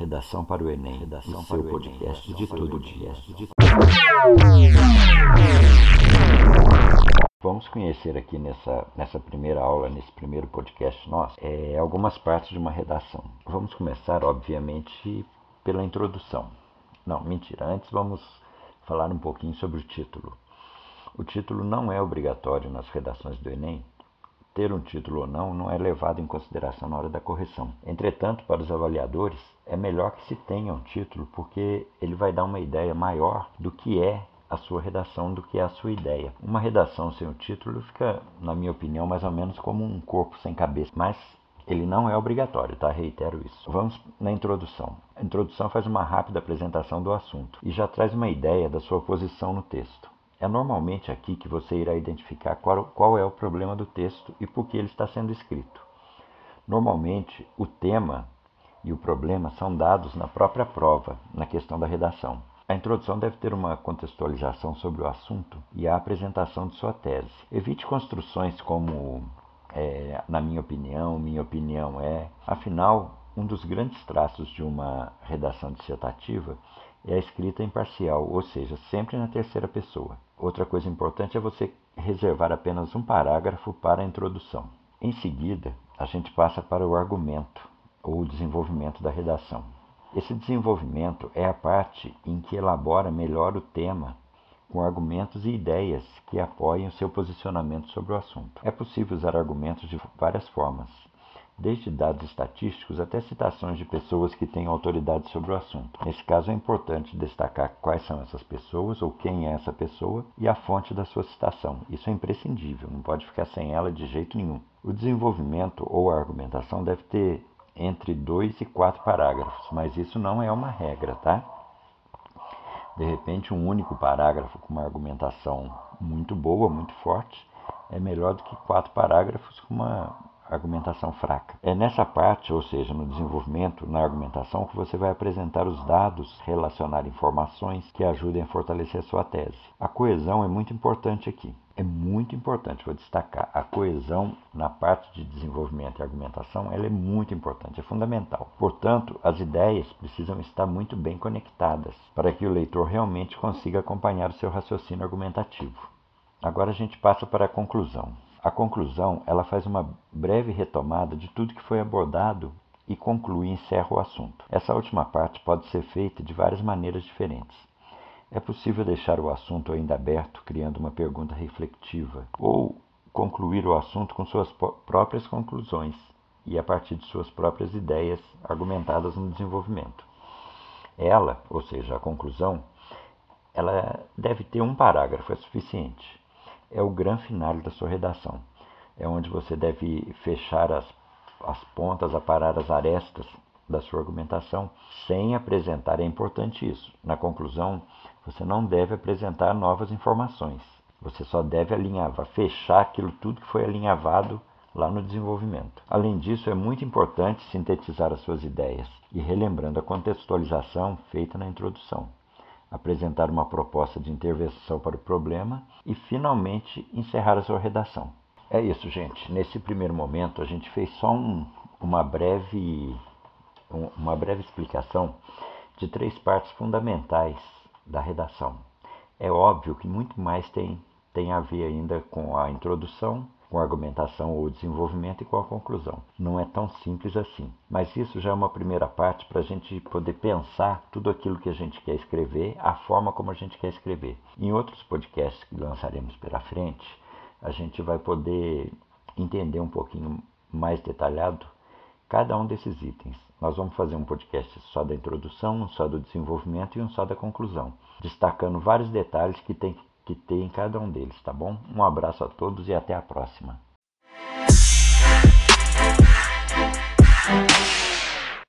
Redação para o Enem, o seu podcast de todo dia. Vamos conhecer aqui nessa primeira aula, nesse primeiro podcast nosso, algumas partes de uma redação. Vamos começar, obviamente, pela introdução. Não, mentira, antes vamos falar um pouquinho sobre o título. O título não é obrigatório nas redações do Enem. Ter um título ou não é levado em consideração na hora da correção. Entretanto, para os avaliadores, é melhor que se tenha um título, porque ele vai dar uma ideia maior do que é a sua redação, do que é a sua ideia. Uma redação sem o título fica, na minha opinião, mais ou menos como um corpo sem cabeça, mas ele não é obrigatório, tá? Reitero isso. Vamos na introdução. A introdução faz uma rápida apresentação do assunto e já traz uma ideia da sua posição no texto. É normalmente aqui que você irá identificar qual é o problema do texto e por que ele está sendo escrito. Normalmente, o tema e o problema são dados na própria prova, na questão da redação. A introdução deve ter uma contextualização sobre o assunto e a apresentação de sua tese. Evite construções como, na minha opinião é. Afinal, um dos grandes traços de uma redação dissertativa é a escrita imparcial, ou seja, sempre na terceira pessoa. Outra coisa importante é você reservar apenas um parágrafo para a introdução. Em seguida, a gente passa para o argumento, ou o desenvolvimento da redação. Esse desenvolvimento é a parte em que elabora melhor o tema, com argumentos e ideias que apoiem o seu posicionamento sobre o assunto. É possível usar argumentos de várias formas, desde dados estatísticos até citações de pessoas que têm autoridade sobre o assunto. Nesse caso, é importante destacar quais são essas pessoas ou quem é essa pessoa e a fonte da sua citação. Isso é imprescindível, não pode ficar sem ela de jeito nenhum. O desenvolvimento ou a argumentação deve ter entre 2 e 4 parágrafos, mas isso não é uma regra, tá? De repente, um único parágrafo com uma argumentação muito boa, muito forte, é melhor do que 4 parágrafos com uma argumentação fraca. É nessa parte, ou seja, no desenvolvimento, na argumentação, que você vai apresentar os dados, relacionar informações que ajudem a fortalecer a sua tese. A coesão é muito importante aqui. É muito importante, vou destacar. A coesão na parte de desenvolvimento e argumentação, ela é muito importante, é fundamental. Portanto, as ideias precisam estar muito bem conectadas para que o leitor realmente consiga acompanhar o seu raciocínio argumentativo. Agora a gente passa para a conclusão. A conclusão, ela faz uma breve retomada de tudo que foi abordado e conclui e encerra o assunto. Essa última parte pode ser feita de várias maneiras diferentes. É possível deixar o assunto ainda aberto, criando uma pergunta reflexiva, ou concluir o assunto com suas próprias conclusões e a partir de suas próprias ideias argumentadas no desenvolvimento. Ela, ou seja, a conclusão, ela deve ter um parágrafo, é suficiente. É o grande final da sua redação. É onde você deve fechar as pontas, aparar as arestas da sua argumentação sem apresentar. É importante isso. Na conclusão, você não deve apresentar novas informações. Você só deve alinhavar, fechar aquilo tudo que foi alinhavado lá no desenvolvimento. Além disso, é muito importante sintetizar as suas ideias e relembrando a contextualização feita na introdução. Apresentar uma proposta de intervenção para o problema e, finalmente, encerrar a sua redação. É isso, gente. Nesse primeiro momento, a gente fez só uma breve explicação de 3 partes fundamentais da redação. É óbvio que muito mais tem a ver ainda com a introdução, com a argumentação ou desenvolvimento e com a conclusão. Não é tão simples assim. Mas isso já é uma primeira parte para a gente poder pensar tudo aquilo que a gente quer escrever, a forma como a gente quer escrever. Em outros podcasts que lançaremos pela frente, a gente vai poder entender um pouquinho mais detalhado cada um desses itens. Nós vamos fazer um podcast só da introdução, um só do desenvolvimento e um só da conclusão, destacando vários detalhes que tem em cada um deles, tá bom? Um abraço a todos e até a próxima.